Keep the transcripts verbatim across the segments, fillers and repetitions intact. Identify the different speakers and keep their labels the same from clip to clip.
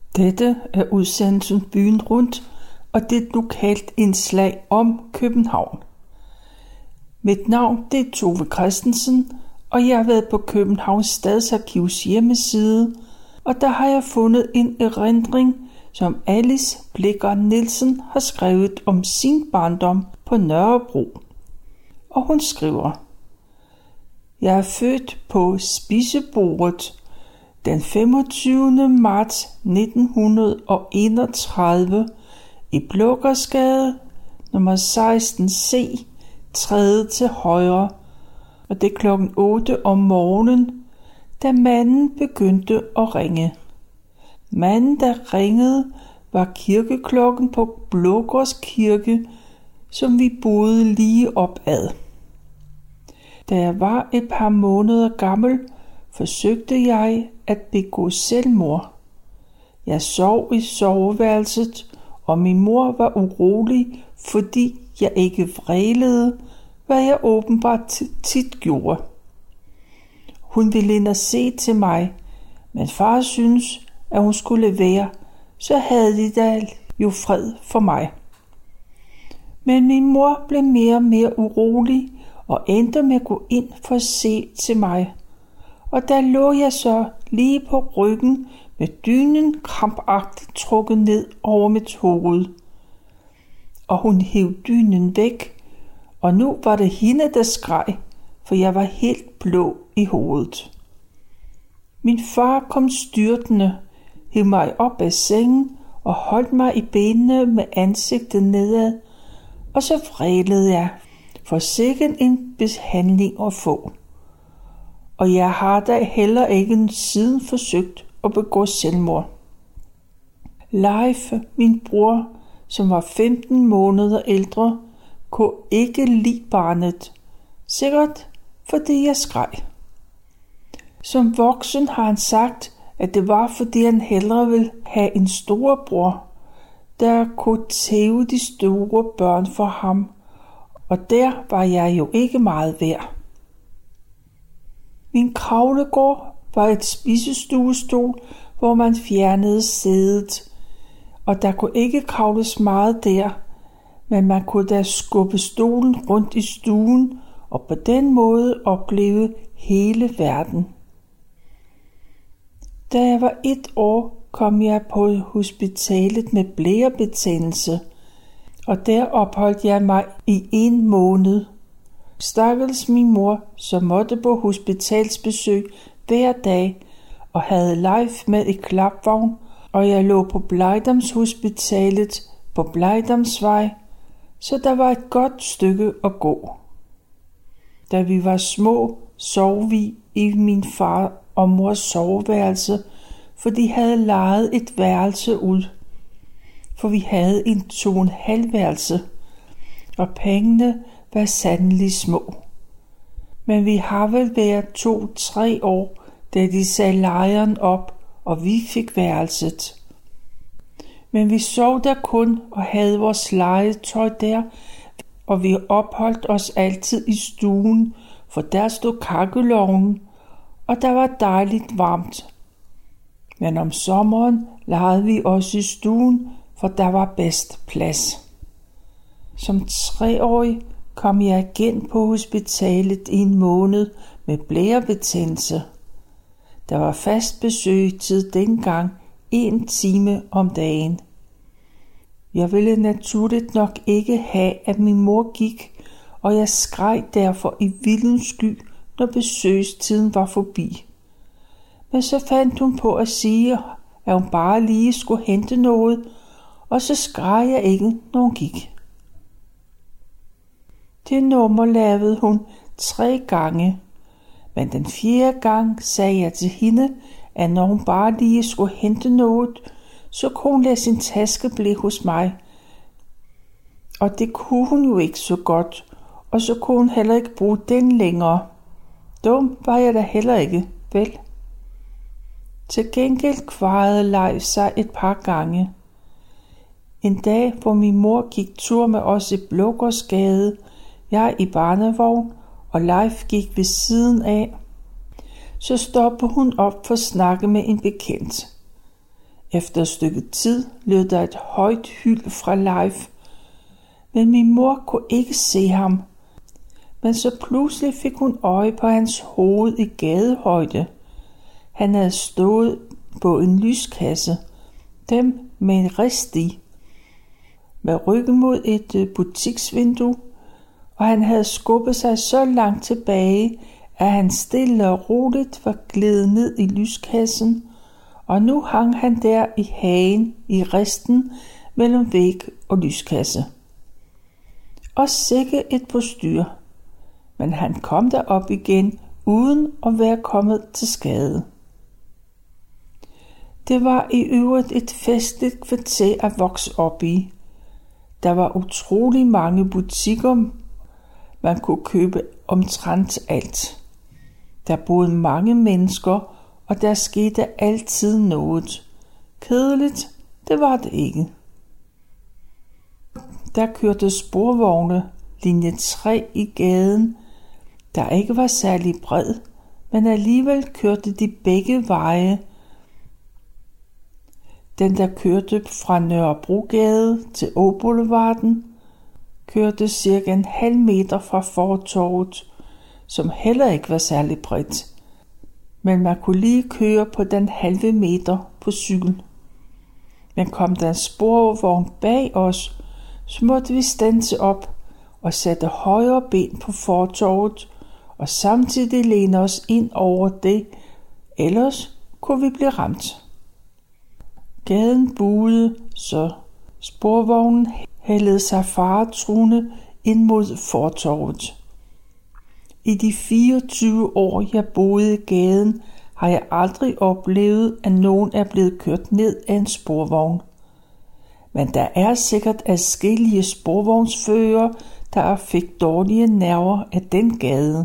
Speaker 1: Dette er udsendelsen Byen Rundt, og det er et lokalt indslag om København. Mit navn det er Tove Christensen, og jeg har været på Københavns Stadsarkivs hjemmeside, og der har jeg fundet en erindring, som Alice Blicher Nielsen har skrevet om sin barndom på Nørrebro. Og hun skriver: Jeg er født på spisebordet den femogtyvende marts nitten enogtredive i Blågårdsgade, nummer seksten C, tredje til højre, og det er klokken otte om morgenen, da manden begyndte at ringe. Manden, der ringede, var kirkeklokken på Blågårdskirke, som vi boede lige opad. Da jeg var et par måneder gammel, forsøgte jeg at begå selvmord. Jeg sov i soveværelset, og min mor var urolig, fordi jeg ikke vrælede, hvad jeg åbenbart tit gjorde. Hun ville ind og se til mig, men far syntes, at hun skulle være, så havde de da jo fred for mig. Men min mor blev mere og mere urolig, og endte med at gå ind for at se til mig. Og der lå jeg så lige på ryggen med dynen krampagtigt trukket ned over mit hoved. Og hun hev dynen væk, og nu var det hende, der skreg, for jeg var helt blå i hovedet. Min far kom styrtende, hev mig op af sengen og holdt mig i benene med ansigtet nedad, og så vrælede jeg, for sikken en behandling at få. Og jeg har da heller ikke siden forsøgt at begå selvmord. Leif, min bror, som var femten måneder ældre, kunne ikke lide barnet, sikkert fordi jeg skreg. Som voksen har han sagt, at det var fordi han hellere ville have en storebror, der kunne tæve de store børn for ham, og der var jeg jo ikke meget værd. Min kravlegård var et spisestuestol, hvor man fjernede sædet, og der kunne ikke kravles meget der, men man kunne da skubbe stolen rundt i stuen og på den måde opleve hele verden. Da jeg var et år, kom jeg på hospitalet med blærebetændelse, og der opholdt jeg mig i en måned. Stakkels min mor, som måtte på hospitalsbesøg hver dag og havde Leif med i klapvogn, og jeg lå på Blegdamshospitalet på Blegdamsvej, så der var et godt stykke at gå. Da vi var små, sov vi i min far og mors soveværelse, for de havde lejet et værelse ud. For vi havde en to og en halv værelse, og pengene var sandelig små. Men vi har vel været to-tre år, da de sagde lejeren op, og vi fik værelset. Men vi sov der kun og havde vores legetøj der, og vi opholdt os altid i stuen, for der stod kakkelovnen, og der var dejligt varmt. Men om sommeren legede vi også i stuen, for der var bedst plads. Som treårig kom jeg igen på hospitalet i en måned med blærebetændelse. Der var fast besøgstid dengang en time om dagen. Jeg ville naturligt nok ikke have, at min mor gik, og jeg skreg derfor i vildens sky, når besøgstiden var forbi. Men så fandt hun på at sige, at hun bare lige skulle hente noget, og så skreg jeg ikke, når hun gik. Det nummer lavede hun tre gange, men den fjerde gang sagde jeg til hende, at når hun bare lige skulle hente noget, så kunne hun lade sin taske blive hos mig. Og det kunne hun jo ikke så godt, og så kunne hun heller ikke bruge den længere. Dum var jeg da heller ikke, vel? Til gengæld kvarede Leif sig et par gange. En dag, hvor min mor gik tur med os i Blågårdsgade, jeg i barnevogn, og Leif gik ved siden af, så stoppede hun op for at snakke med en bekendt. Efter et stykke tid lød der et højt hyl fra Leif, men min mor kunne ikke se ham. Men så pludselig fik hun øje på hans hoved i gadehøjde. Han havde stået på en lyskasse, dem med en rist i, med ryggen mod et butiksvindue, og han havde skubbet sig så langt tilbage, at han stille og roligt var gledet ned i lyskassen, og nu hang han der i hagen i risten mellem væg og lyskasse. Og sikke et postyr, men han kom derop igen uden at være kommet til skade. Det var i øvrigt et festligt kvarter at vokse op i. Der var utrolig mange butikker, man kunne købe omtrent alt. Der boede mange mennesker, og der skete altid noget. Kedeligt, det var det ikke. Der kørte sporvogne, linje tre i gaden, der ikke var særlig bred, men alligevel kørte de begge veje. Den, der kørte fra Nørrebrogade til Åboulevarden, kørte cirka en halv meter fra fortorvet, som heller ikke var særlig bredt, men man kunne lige køre på den halve meter på cykel. Men kom der en sporvogn bag os, så måtte vi standse op og sætte højre ben på fortorvet og samtidig læne os ind over det, ellers kunne vi blive ramt. Gaden buede, så sporvognen hældede sig faretruende ind mod fortorvet. I de fireogtyve år, jeg boede i gaden, har jeg aldrig oplevet, at nogen er blevet kørt ned af en sporvogn. Men der er sikkert adskillige sporvognsførere, der fik dårlige nerver af den gade.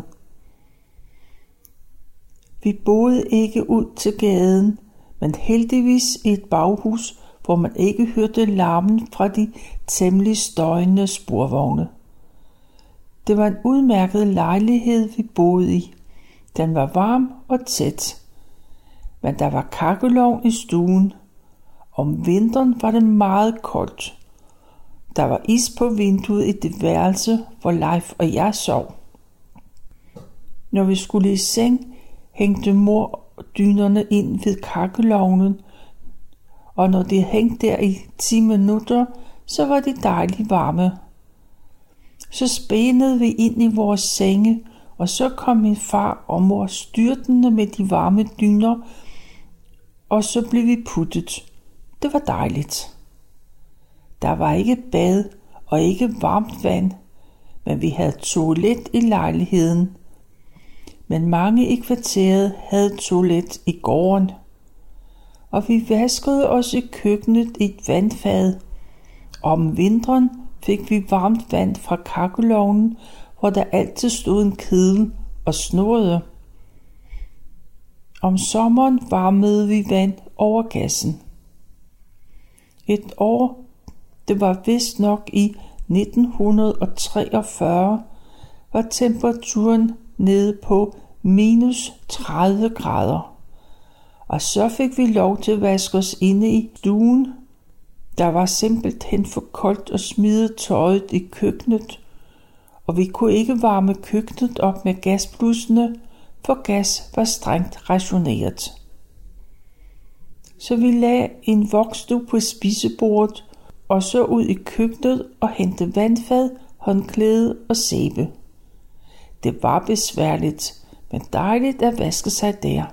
Speaker 1: Vi boede ikke ud til gaden, men heldigvis i et baghus, hvor man ikke hørte larmen fra de temmelig støjende sporvogne. Det var en udmærket lejlighed, vi boede i. Den var varm og tæt, men der var kakkelovn i stuen. Om vinteren var det meget koldt. Der var is på vinduet i det værelse, hvor Leif og jeg sov. Når vi skulle i seng, hængte mor dynerne ind ved kakkelovnen, og når de hængte der i ti minutter, så var de dejligt varme. Så spænede vi ind i vores senge, og så kom min far og mor styrtende med de varme dyner, og så blev vi puttet. Det var dejligt. Der var ikke bad og ikke varmt vand, men vi havde toilet i lejligheden. Men mange i kvarteret havde toilet i gården. Og vi vaskede os i køkkenet i et vandfad. Om vinteren fik vi varmt vand fra kakkelovnen, hvor der altid stod en kedel og snurrede. Om sommeren varmede vi vand over gassen. Et år, det var vist nok i nitten treogfyrre, var temperaturen nede på minus tredive grader. Og så fik vi lov til at vaske os inde i stuen. Der var simpelthen for koldt at smide tøjet i køkkenet, og vi kunne ikke varme køkkenet op med gasblussene, for gas var strengt rationeret. Så vi lagde en voksdug på spisebordet, og så ud i køkkenet og hente vandfad, håndklæde og sæbe. Det var besværligt, men dejligt at vaske sig der.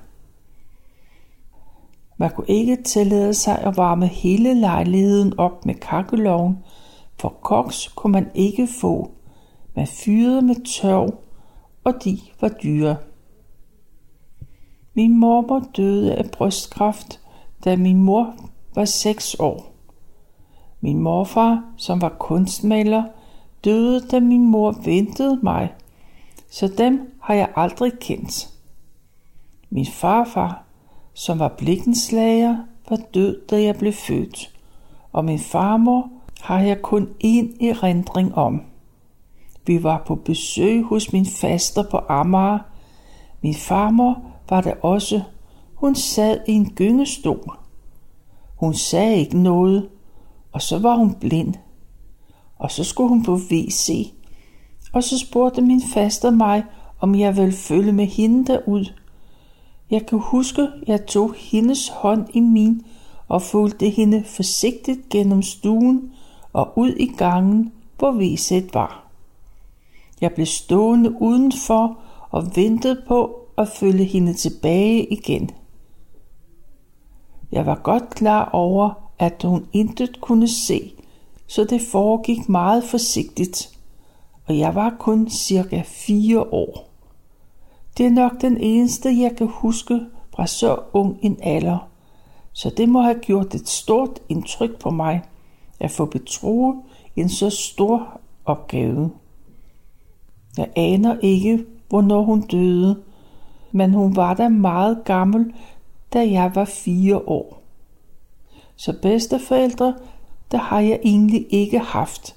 Speaker 1: Man kunne ikke tillade sig at varme hele lejligheden op med kakkelovn, for koks kunne man ikke få. Man fyrede med tørv, og de var dyre. Min mormor døde af brystkræft, da min mor var seks år. Min morfar, som var kunstmaler, døde, da min mor ventede mig, så dem har jeg aldrig kendt. Min farfar, som var blikkenslager, var død, da jeg blev født, og min farmor har jeg kun én erindring om. Vi var på besøg hos min faster på Amager. Min farmor var der også. Hun sad i en gyngestol. Hun sagde ikke noget, og så var hun blind. Og så skulle hun på W C, og så spurgte min faster mig, om jeg ville følge med hende derud. Jeg kan huske, jeg tog hendes hånd i min og fulgte hende forsigtigt gennem stuen og ud i gangen, hvor W C'et var. Jeg blev stående udenfor og ventede på at følge hende tilbage igen. Jeg var godt klar over, at hun intet kunne se, så det foregik meget forsigtigt, og jeg var kun cirka fire år. Det er nok den eneste, jeg kan huske fra så ung en alder, så det må have gjort et stort indtryk på mig at få betroet en så stor opgave. Jeg aner ikke, hvornår hun døde, men hun var da meget gammel, da jeg var fire år. Så bedsteforældre, der har jeg egentlig ikke haft.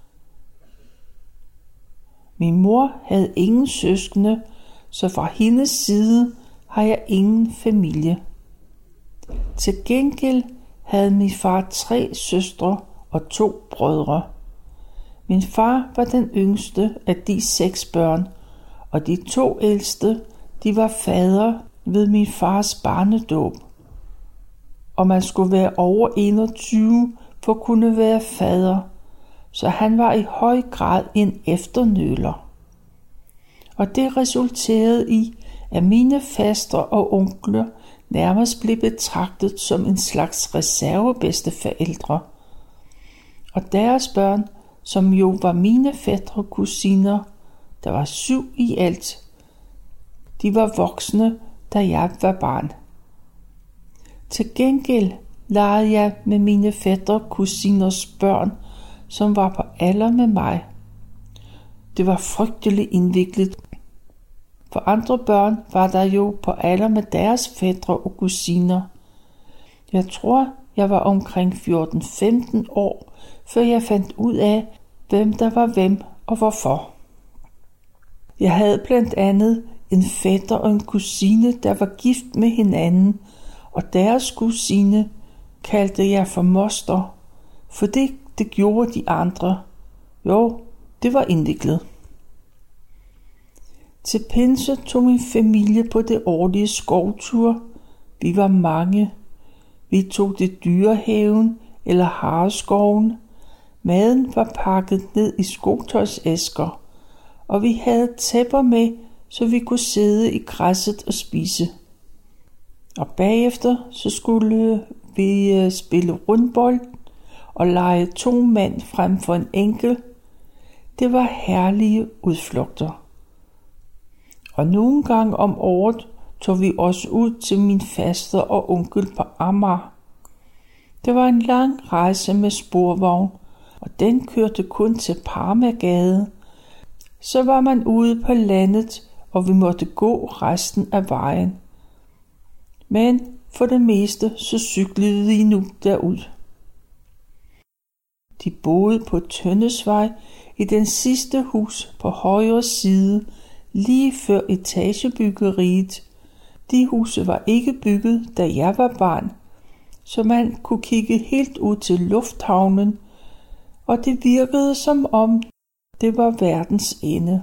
Speaker 1: Min mor havde ingen søskende, så fra hendes side har jeg ingen familie. Til gengæld havde min far tre søstre og to brødre. Min far var den yngste af de seks børn, og de to ældste, de var fader ved min fars barnedåb. Og man skulle være over enogtyve for at kunne være fader, så han var i høj grad en efternøler. Og det resulterede i, at mine faster og onkler nærmest blev betragtet som en slags reservebedsteforældre. Og deres børn, som jo var mine fætre og kusiner, der var syv i alt, de var voksne, da jeg var barn. Til gengæld legede jeg med mine fætre og kusiners børn, som var på alder med mig. Det var frygteligt indviklet. For andre børn var der jo på alder med deres fætre og kusiner. Jeg tror, jeg var omkring fjorten femten år, før jeg fandt ud af, hvem der var hvem og hvorfor. Jeg havde blandt andet en fætter og en kusine, der var gift med hinanden, og deres kusine kaldte jeg for moster, for det, det gjorde de andre. Jo, det var indviklet. Til pinse tog min familie på det årlige skovtur. Vi var mange. Vi tog til Dyrehaven eller Hareskoven. Maden var pakket ned i skotøjsæsker, og vi havde tæpper med, så vi kunne sidde i græsset og spise. Og bagefter så skulle vi spille rundbold og lege to mand frem for en enkel. Det var herlige udflugter. Og nogle gange om året tog vi også ud til min faster og onkel på Amager. Det var en lang rejse med sporvogn, og den kørte kun til Parmagade. Så var man ude på landet, og vi måtte gå resten af vejen. Men for det meste så cyklede vi nu derud. De boede på Tønnesvej i den sidste hus på højre side, lige før etagebyggeriet. De huse var ikke bygget, da jeg var barn, så man kunne kigge helt ud til lufthavnen, og det virkede som om det var verdens ende.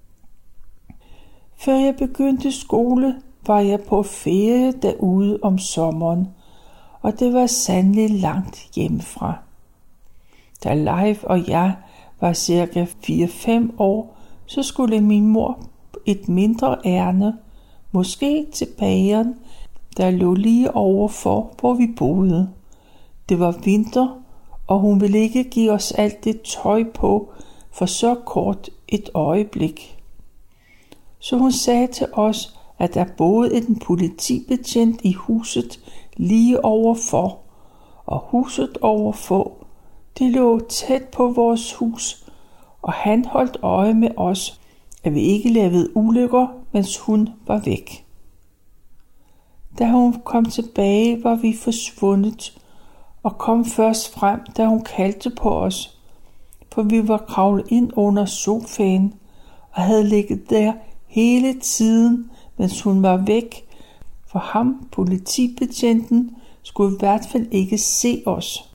Speaker 1: Før jeg begyndte skole, var jeg på ferie derude om sommeren, og det var sandelig langt hjemmefra. Da Leif og jeg var cirka fire fem år, så skulle min mor et mindre ærne, måske til bageren, der lå lige overfor, hvor vi boede. Det var vinter, og hun ville ikke give os alt det tøj på for så kort et øjeblik. Så hun sagde til os, at der boede en politibetjent i huset lige overfor, og huset overfor, det lå tæt på vores hus, og han holdt øje med os, at vi ikke lavede ulykker, mens hun var væk. Da hun kom tilbage, var vi forsvundet, og kom først frem, da hun kaldte på os, for vi var kravlet ind under sofaen og havde ligget der hele tiden, mens hun var væk, for ham, politibetjenten, skulle i hvert fald ikke se os.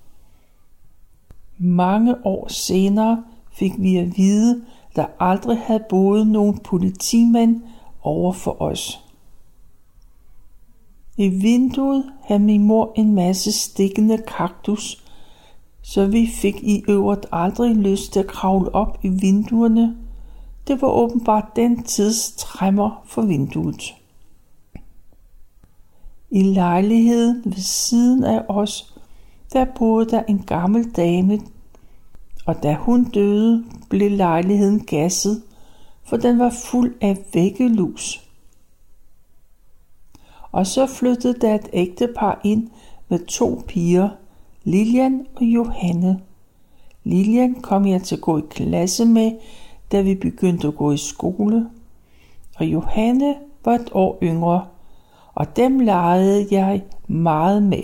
Speaker 1: Mange år senere fik vi at vide, at der aldrig havde boet nogen politimænd over for os. I vinduet havde min mor en masse stikkende kaktus, så vi fik i øvrigt aldrig lyst til at kravle op i vinduerne. Det var åbenbart den tids tremmer for vinduet. I lejligheden ved siden af os, der boede der en gammel dame, og da hun døde, blev lejligheden gasset, for den var fuld af væggelus. Og så flyttede der et ægtepar ind med to piger, Lilian og Johanne. Lilian kom jeg til at gå i klasse med, da vi begyndte at gå i skole, og Johanne var et år yngre, og dem legede jeg meget med.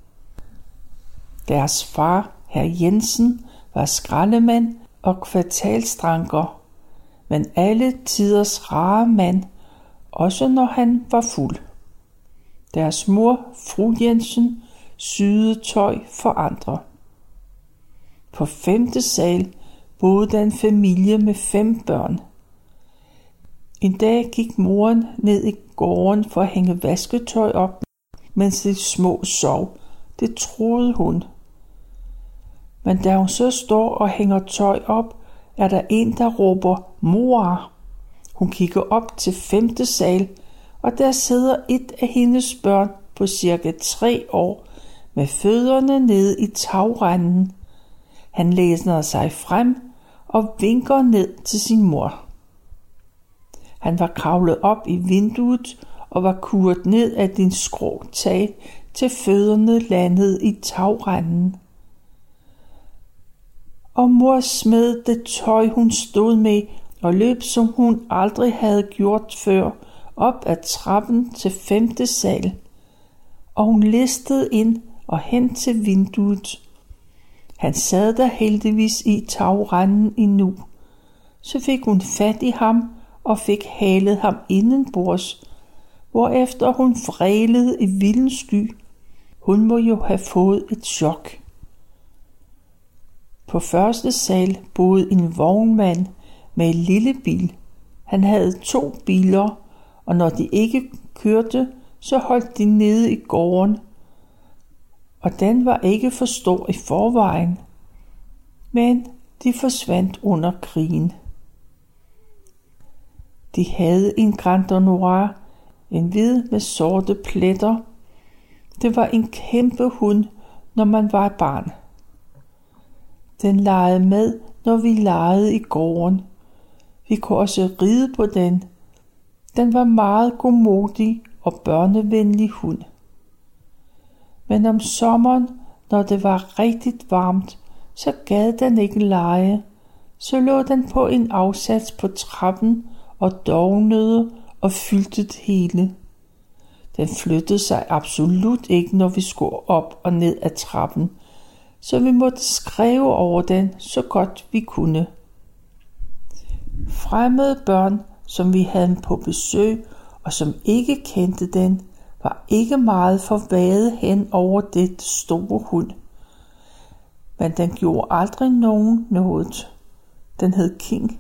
Speaker 1: Deres far, herr Jensen, var skraldemand og kvartalsdranker, men alle tiders rare mand, også når han var fuld. Deres mor, fru Jensen, syede tøj for andre. På femte sal boede der en familie med fem børn. En dag gik moren ned i gården for at hænge vasketøj op, mens de små sov. Det troede hun. Men da hun så står og hænger tøj op, er der en, der råber mor. Hun kigger op til femte sal, og der sidder et af hendes børn på cirka tre år med fødderne nede i tagrenden. Han læser sig frem og vinker ned til sin mor. Han var kravlet op i vinduet og var kuret ned af din skrå tag, til fødderne landede i tagrenden. Og mor smed det tøj, hun stod med, og løb, som hun aldrig havde gjort før, op ad trappen til femte sal. Og hun listede ind og hen til vinduet. Han sad der heldigvis i tagrenden endnu. Så fik hun fat i ham og fik halet ham indenbords, hvorefter hun vrælede i vilden sky. Hun må jo have fået et chok. På første sal boede en vognmand med en lille bil. Han havde to biler, og når de ikke kørte, så holdt de nede i gården, og den var ikke for stor i forvejen, men de forsvandt under krigen. De havde en Grand Noir, en hvid med sorte pletter. Det var en kæmpe hund, når man var et barn. Den legede med, når vi legede i gården. Vi kunne også ride på den. Den var meget godmodig og børnevenlig hund. Men om sommeren, når det var rigtig varmt, så gad den ikke lege. Så lå den på en afsats på trappen og dognede og fyldte det hele. Den flyttede sig absolut ikke, når vi skulle op og ned ad trappen, så vi måtte skrive over den så godt vi kunne. Fremmede børn, som vi havde på besøg og som ikke kendte den, var ikke meget forvaget hen over det store hund. Men den gjorde aldrig nogen noget. Den hed King.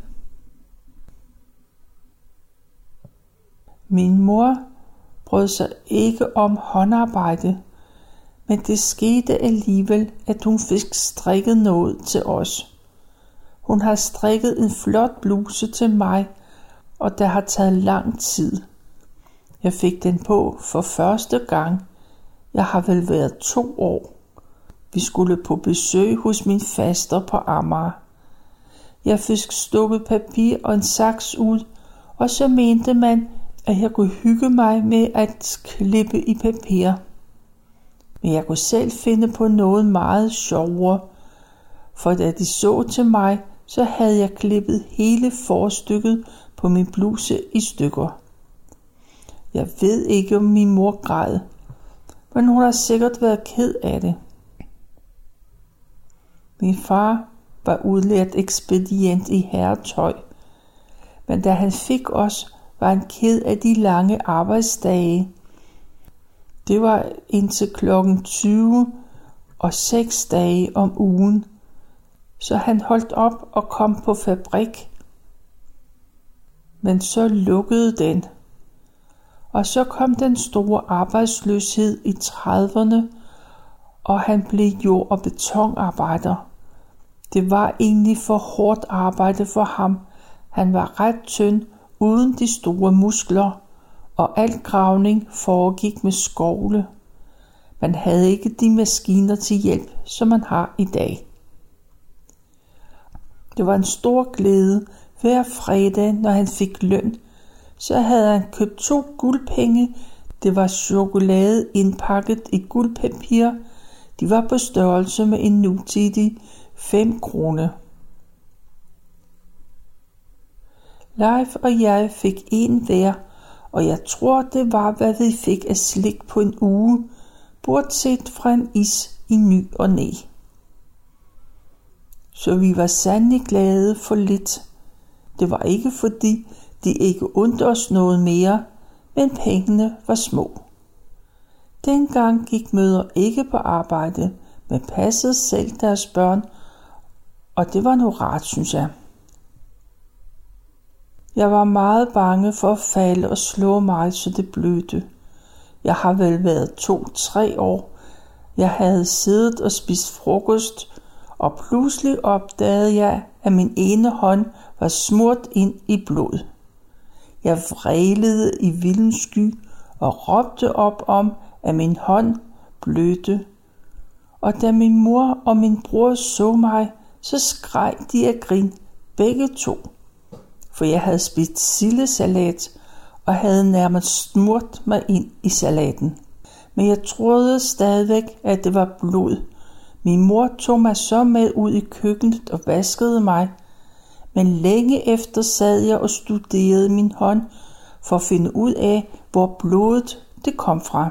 Speaker 1: Min mor brød sig ikke om håndarbejde, men det skete alligevel, at hun fik strikket noget til os. Hun har strikket en flot bluse til mig, og det har taget lang tid. Jeg fik den på for første gang. Jeg har vel været to år. Vi skulle på besøg hos min faster på Amager. Jeg fik stukket papir og en saks ud, og så mente man, at jeg kunne hygge mig med at klippe i papir. Men jeg kunne selv finde på noget meget sjovere, for da de så til mig, så havde jeg klippet hele forstykket på min bluse i stykker. Jeg ved ikke, om min mor græd, men hun har sikkert været ked af det. Min far var udlært ekspedient i herretøj, men da han fik os, var han ked af de lange arbejdsdage. Det var indtil klokken tyve og seks dage om ugen, så han holdt op og kom på fabrik. Men så lukkede den, og så kom den store arbejdsløshed i trediverne, og han blev jord- og betonarbejder. Det var egentlig for hårdt arbejde for ham. Han var ret tynd, uden de store muskler, og al gravning foregik med skovle. Man havde ikke de maskiner til hjælp, som man har i dag. Det var en stor glæde hver fredag, når han fik løn. Så havde han købt to guldpenge. Det var chokolade indpakket i guldpapir. De var på størrelse med en nutidig fem kroner. Leif og jeg fik en hver, og jeg tror, det var, hvad vi fik af slik på en uge, bortset fra en is i ny og næ. Så vi var sandelig glade for lidt. Det var ikke fordi, de ikke undte os noget mere, men pengene var små. Dengang gik mødre ikke på arbejde, men passede selv deres børn, og det var nu rart, synes jeg. Jeg var meget bange for at falde og slå mig, så det blødte. Jeg har vel været to-tre år. Jeg havde siddet og spist frokost, og pludselig opdagede jeg, at min ene hånd var smurt ind i blod. Jeg vrælede i vildens sky og råbte op om, at min hånd blødte. Og da min mor og min bror så mig, så skreg de af grin, begge to. For jeg havde spist sildesalat og havde nærmest smurt mig ind i salaten. Men jeg troede stadigvæk, at det var blod. Min mor tog mig så med ud i køkkenet og vaskede mig. Men længe efter sad jeg og studerede min hånd for at finde ud af, hvor blodet det kom fra.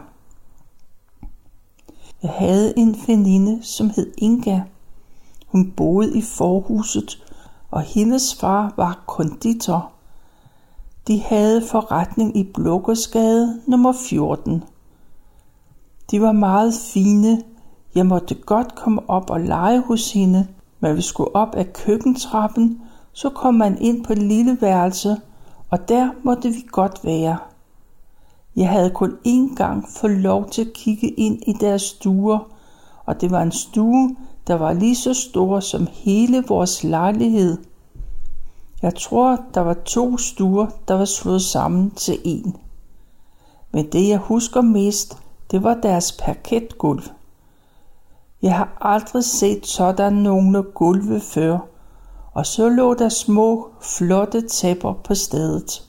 Speaker 1: Jeg havde en veninde, som hed Inga. Hun boede i forhuset, og hendes far var konditor. De havde forretning i Blågårdsgade nummer fjorten. De var meget fine. Jeg måtte godt komme op og lege hos hende, men vi skulle op ad køkkentrappen, så kom man ind på et lille værelse, og der måtte vi godt være. Jeg havde kun én gang fået lov til at kigge ind i deres stuer, og det var en stue, der var lige så stor som hele vores lejlighed. Jeg tror, der var to stuer, der var slået sammen til en. Men det, jeg husker mest, det var deres parketgulv. Jeg har aldrig set sådan nogle gulve før, og så lå der små, flotte tæpper på stedet.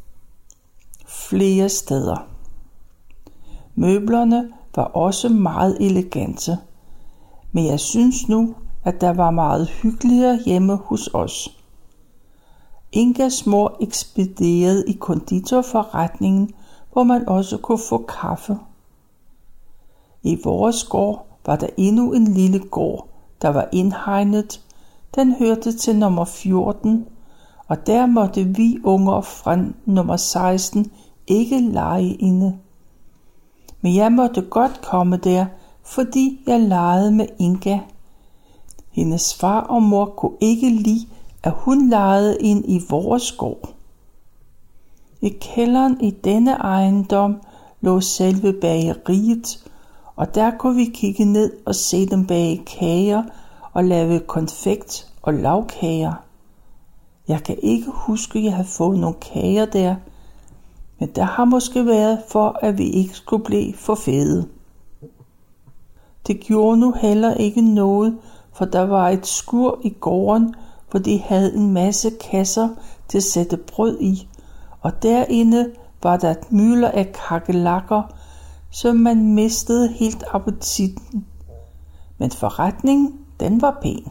Speaker 1: Flere steder. Møblerne var også meget elegante, men jeg synes nu, at der var meget hyggeligere hjemme hos os. Ingas mor ekspederede i konditorforretningen, hvor man også kunne få kaffe. I vores gård var der endnu en lille gård, der var indhegnet. Den hørte til nummer fjorten, og der måtte vi unger fra nummer seksten ikke lege inde. Men jeg måtte godt komme der, fordi jeg legede med Inga. Hendes far og mor kunne ikke lide, at hun legede ind i vores gård. I kælderen i denne ejendom lå selve bageriet, og der kunne vi kigge ned og se dem bage kager og lave konfekt og lavkager. Jeg kan ikke huske, at jeg havde fået nogle kager der, men der har måske været for, at vi ikke skulle blive for fede. Det gjorde nu heller ikke noget, for der var et skur i gården, hvor de havde en masse kasser til at sætte brød i, og derinde var der et mylder af kakelakker, så man mistede helt appetitten. Men forretningen, den var pæn.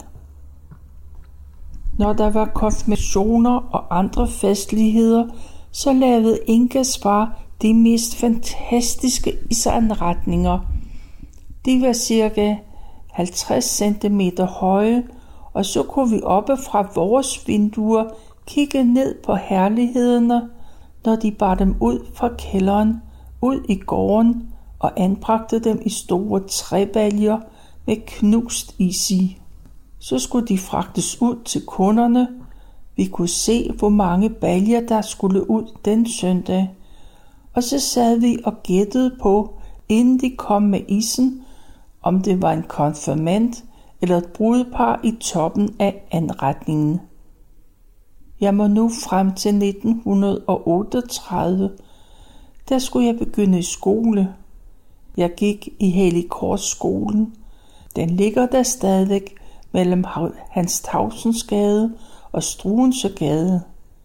Speaker 1: Når der var konfirmationer og andre festligheder, så lavede Ingas far de mest fantastiske isanretninger. De var cirka halvtreds centimeter høje, og så kunne vi oppe fra vores vinduer kigge ned på herlighederne, når de bar dem ud fra kælderen, ud i gården og anbragte dem i store træbaljer med knust is i. Så skulle de fragtes ud til kunderne. Vi kunne se, hvor mange baljer der skulle ud den søndag. Og så sad vi og gættede på, inden de kom med isen, om det var en konfirmand eller et brudepar i toppen af anretningen. Jeg må nu frem til nitten otteogtredive. Der skulle jeg begynde i skole. Jeg gik i Hellig Kors skolen. Den ligger der stadigvæk mellem Hans Tausendsgade og Struenseegade.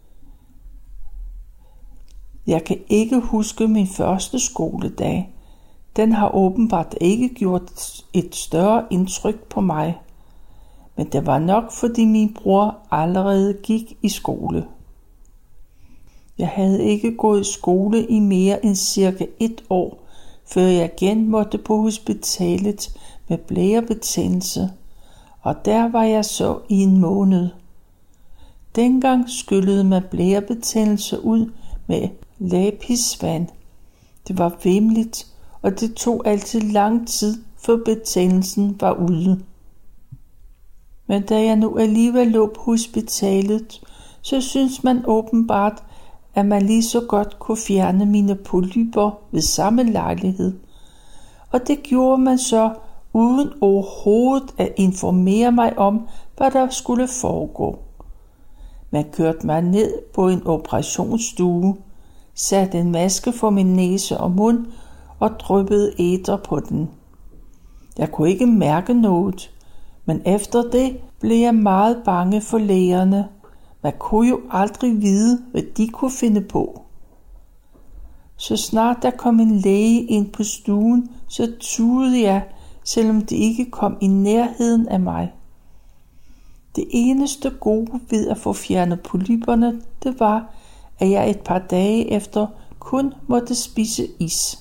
Speaker 1: Jeg kan ikke huske min første skoledag. Den har åbenbart ikke gjort et større indtryk på mig. Men det var nok, fordi min bror allerede gik i skole. Jeg havde ikke gået i skole i mere end cirka et år, før jeg igen måtte på hospitalet med blærebetændelse, og der var jeg så i en måned. Dengang skyllede man blærebetændelse ud med lapisvand. Det var vimligt, og det tog altid lang tid, før betændelsen var ude. Men da jeg nu alligevel lå på hospitalet, så synes man åbenbart, at man lige så godt kunne fjerne mine polypper ved samme lejlighed. Og det gjorde man så, uden overhovedet at informere mig om, hvad der skulle foregå. Man kørte mig ned på en operationsstue, satte en maske for min næse og mund og dryppede æter på den. Jeg kunne ikke mærke noget, men efter det blev jeg meget bange for lægerne. Man kunne jo aldrig vide, hvad de kunne finde på. Så snart der kom en læge ind på stuen, så tudede jeg, selvom de ikke kom i nærheden af mig. Det eneste gode ved at få fjernet polypperne, det var, at jeg et par dage efter kun måtte spise is.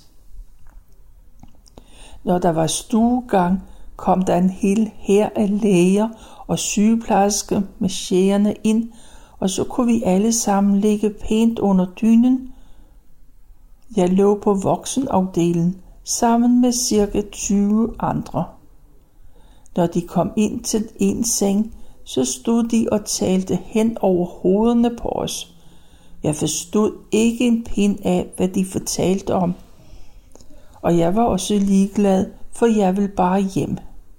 Speaker 1: Når der var stuegang, kom der en hel hær af læger og sygeplejersker med skærerne ind, og så kunne vi alle sammen ligge pænt under dynen. Jeg lå på voksenafdelen sammen med cirka tyve andre. Når de kom ind til en seng, så stod de og talte hen over hovederne på os. Jeg forstod ikke en pind af, hvad de fortalte om. Og jeg var også ligeglad, for jeg ville bare hjem.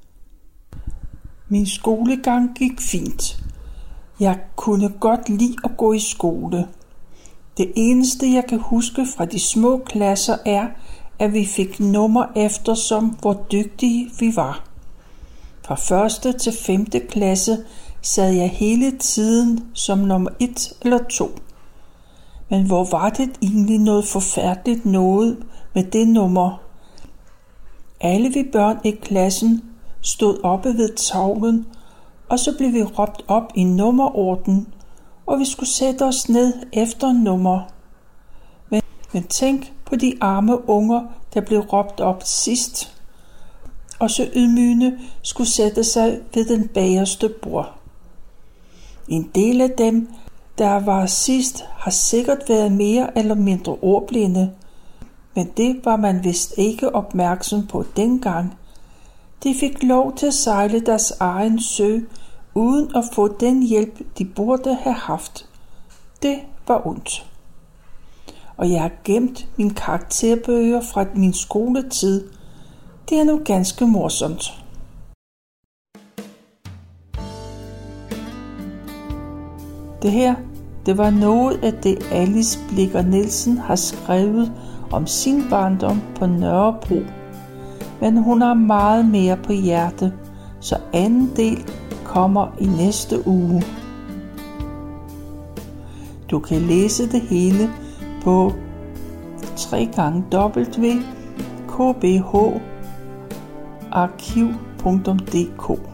Speaker 1: Min skolegang gik fint. Jeg kunne godt lide at gå i skole. Det eneste, jeg kan huske fra de små klasser, er, at vi fik nummer eftersom, hvor dygtige vi var. Fra første til femte klasse sad jeg hele tiden som nummer et eller to. Men hvor var det egentlig noget forfærdeligt noget med det nummer? Alle vi børn i klassen stod oppe ved tavlen, og så blev vi råbt op i nummerorden, og vi skulle sætte os ned efter nummer. Men, men tænk på de arme unger, der blev råbt op sidst, og så ydmygende skulle sætte sig ved den bagerste bord. En del af dem, der var sidst, har sikkert været mere eller mindre ordblinde, men det var man vist ikke opmærksom på dengang. De fik lov til at sejle deres egen sø, uden at få den hjælp, de burde have haft. Det var ondt. Og jeg har gemt mine karakterbøger fra min skoletid. Det er nu ganske morsomt. Det her, det var noget af det Alice Blicher Nielsen har skrevet om sin barndom på Nørrebro. Men hun har meget mere på hjerte, så anden del kommer i næste uge. Du kan læse det hele på w w w punktum k b h arkiv punktum d k.